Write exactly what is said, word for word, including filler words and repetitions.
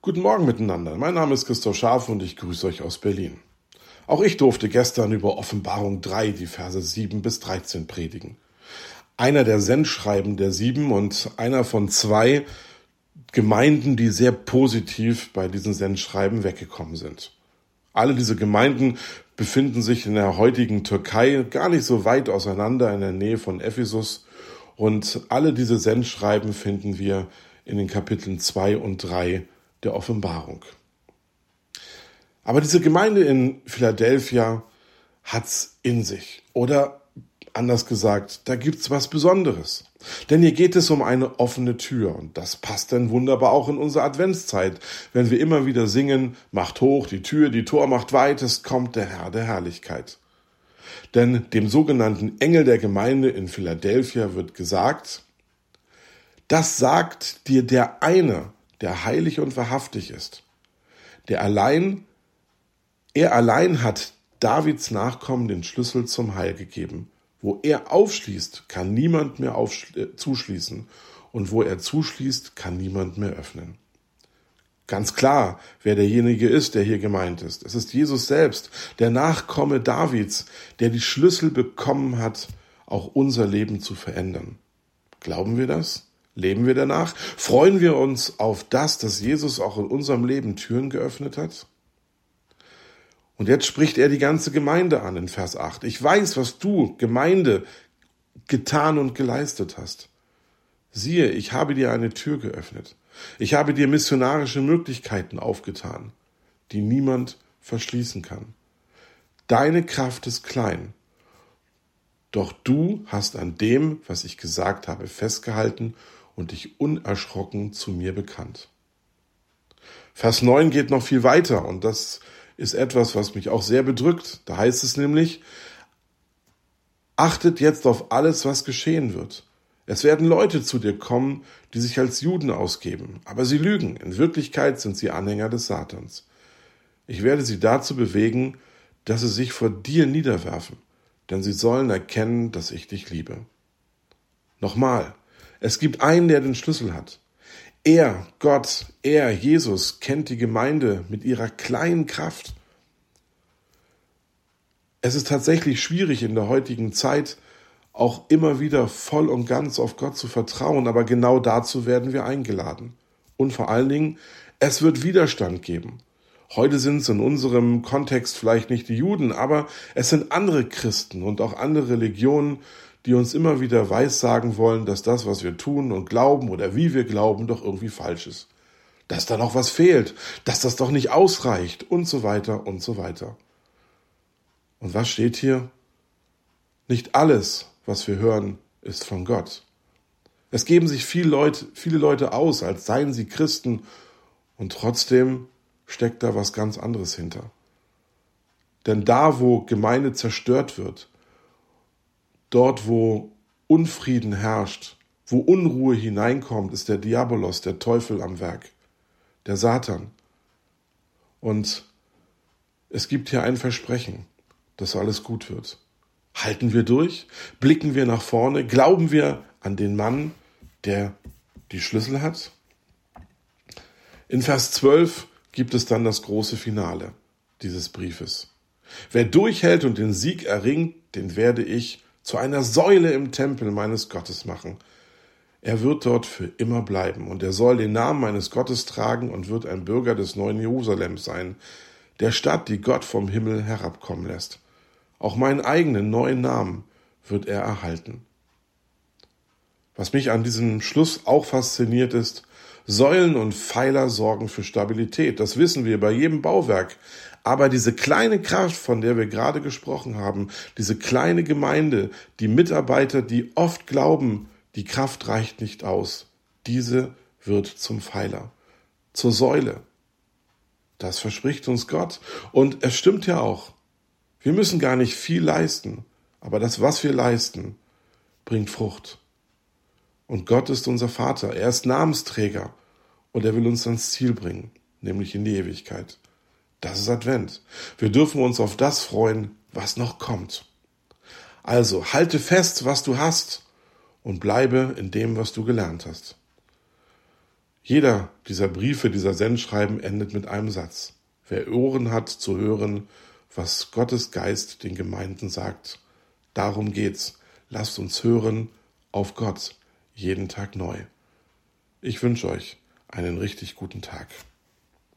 Guten Morgen miteinander. Mein Name ist Christoph Scharf und ich grüße euch aus Berlin. Auch ich durfte gestern über Offenbarung drei, die Verse sieben bis dreizehn predigen. Einer der Sendschreiben der sieben und einer von zwei Gemeinden, die sehr positiv bei diesen Sendschreiben weggekommen sind. Alle diese Gemeinden befinden sich in der heutigen Türkei gar nicht so weit auseinander in der Nähe von Ephesus und alle diese Sendschreiben finden wir in den Kapiteln zwei und drei der Offenbarung. Aber diese Gemeinde in Philadelphia hat's in sich. Oder anders gesagt, da gibt's was Besonderes. Denn hier geht es um eine offene Tür. Und das passt dann wunderbar auch in unsere Adventszeit, wenn wir immer wieder singen, macht hoch die Tür, die Tor macht weit, es kommt der Herr der Herrlichkeit. Denn dem sogenannten Engel der Gemeinde in Philadelphia wird gesagt, das sagt dir der eine, der heilig und wahrhaftig ist. Der allein, er allein hat Davids Nachkommen den Schlüssel zum Heil gegeben. Wo er aufschließt, kann niemand mehr aufschli- zuschließen. Und wo er zuschließt, kann niemand mehr öffnen. Ganz klar, wer derjenige ist, der hier gemeint ist. Es ist Jesus selbst, der Nachkomme Davids, der die Schlüssel bekommen hat, auch unser Leben zu verändern. Glauben wir das? Leben wir danach? Freuen wir uns auf das, dass Jesus auch in unserem Leben Türen geöffnet hat? Und jetzt spricht er die ganze Gemeinde an in Vers acht. Ich weiß, was du, Gemeinde, getan und geleistet hast. Siehe, ich habe dir eine Tür geöffnet. Ich habe dir missionarische Möglichkeiten aufgetan, die niemand verschließen kann. Deine Kraft ist klein. Doch du hast an dem, was ich gesagt habe, festgehalten und dich unerschrocken zu mir bekannt. Vers neun geht noch viel weiter und das ist etwas, was mich auch sehr bedrückt. Da heißt es nämlich, achtet jetzt auf alles, was geschehen wird. Es werden Leute zu dir kommen, die sich als Juden ausgeben, aber sie lügen. In Wirklichkeit sind sie Anhänger des Satans. Ich werde sie dazu bewegen, dass sie sich vor dir niederwerfen, denn sie sollen erkennen, dass ich dich liebe. Nochmal, es gibt einen, der den Schlüssel hat. Er, Gott, er, Jesus, kennt die Gemeinde mit ihrer kleinen Kraft. Es ist tatsächlich schwierig in der heutigen Zeit, auch immer wieder voll und ganz auf Gott zu vertrauen, aber genau dazu werden wir eingeladen. Und vor allen Dingen, es wird Widerstand geben. Heute sind es in unserem Kontext vielleicht nicht die Juden, aber es sind andere Christen und auch andere Religionen, die uns immer wieder weissagen wollen, dass das, was wir tun und glauben oder wie wir glauben, doch irgendwie falsch ist. Dass da noch was fehlt, dass das doch nicht ausreicht und so weiter und so weiter. Und was steht hier? Nicht alles, was wir hören, ist von Gott. Es geben sich viele Leute, viele Leute aus, als seien sie Christen und trotzdem steckt da was ganz anderes hinter. Denn da, wo Gemeinde zerstört wird, dort, wo Unfrieden herrscht, wo Unruhe hineinkommt, ist der Diabolos, der Teufel am Werk, der Satan. Und es gibt hier ein Versprechen, dass alles gut wird. Halten wir durch? Blicken wir nach vorne? Glauben wir an den Mann, der die Schlüssel hat? In Vers zwölf gibt es dann das große Finale dieses Briefes. Wer durchhält und den Sieg erringt, den werde ich zu einer Säule im Tempel meines Gottes machen. Er wird dort für immer bleiben und er soll den Namen meines Gottes tragen und wird ein Bürger des neuen Jerusalems sein, der Stadt, die Gott vom Himmel herabkommen lässt. Auch meinen eigenen neuen Namen wird er erhalten. Was mich an diesem Schluss auch fasziniert ist, Säulen und Pfeiler sorgen für Stabilität. Das wissen wir bei jedem Bauwerk. Aber diese kleine Kraft, von der wir gerade gesprochen haben, diese kleine Gemeinde, die Mitarbeiter, die oft glauben, die Kraft reicht nicht aus, diese wird zum Pfeiler, zur Säule. Das verspricht uns Gott. Und es stimmt ja auch. Wir müssen gar nicht viel leisten, aber das, was wir leisten, bringt Frucht. Und Gott ist unser Vater, er ist Namensträger und er will uns ans Ziel bringen, nämlich in die Ewigkeit. Das ist Advent. Wir dürfen uns auf das freuen, was noch kommt. Also halte fest, was du hast und bleibe in dem, was du gelernt hast. Jeder dieser Briefe, dieser Sendschreiben endet mit einem Satz. Wer Ohren hat zu hören, was Gottes Geist den Gemeinden sagt, darum geht's. Lasst uns hören auf Gott, jeden Tag neu. Ich wünsche euch einen richtig guten Tag.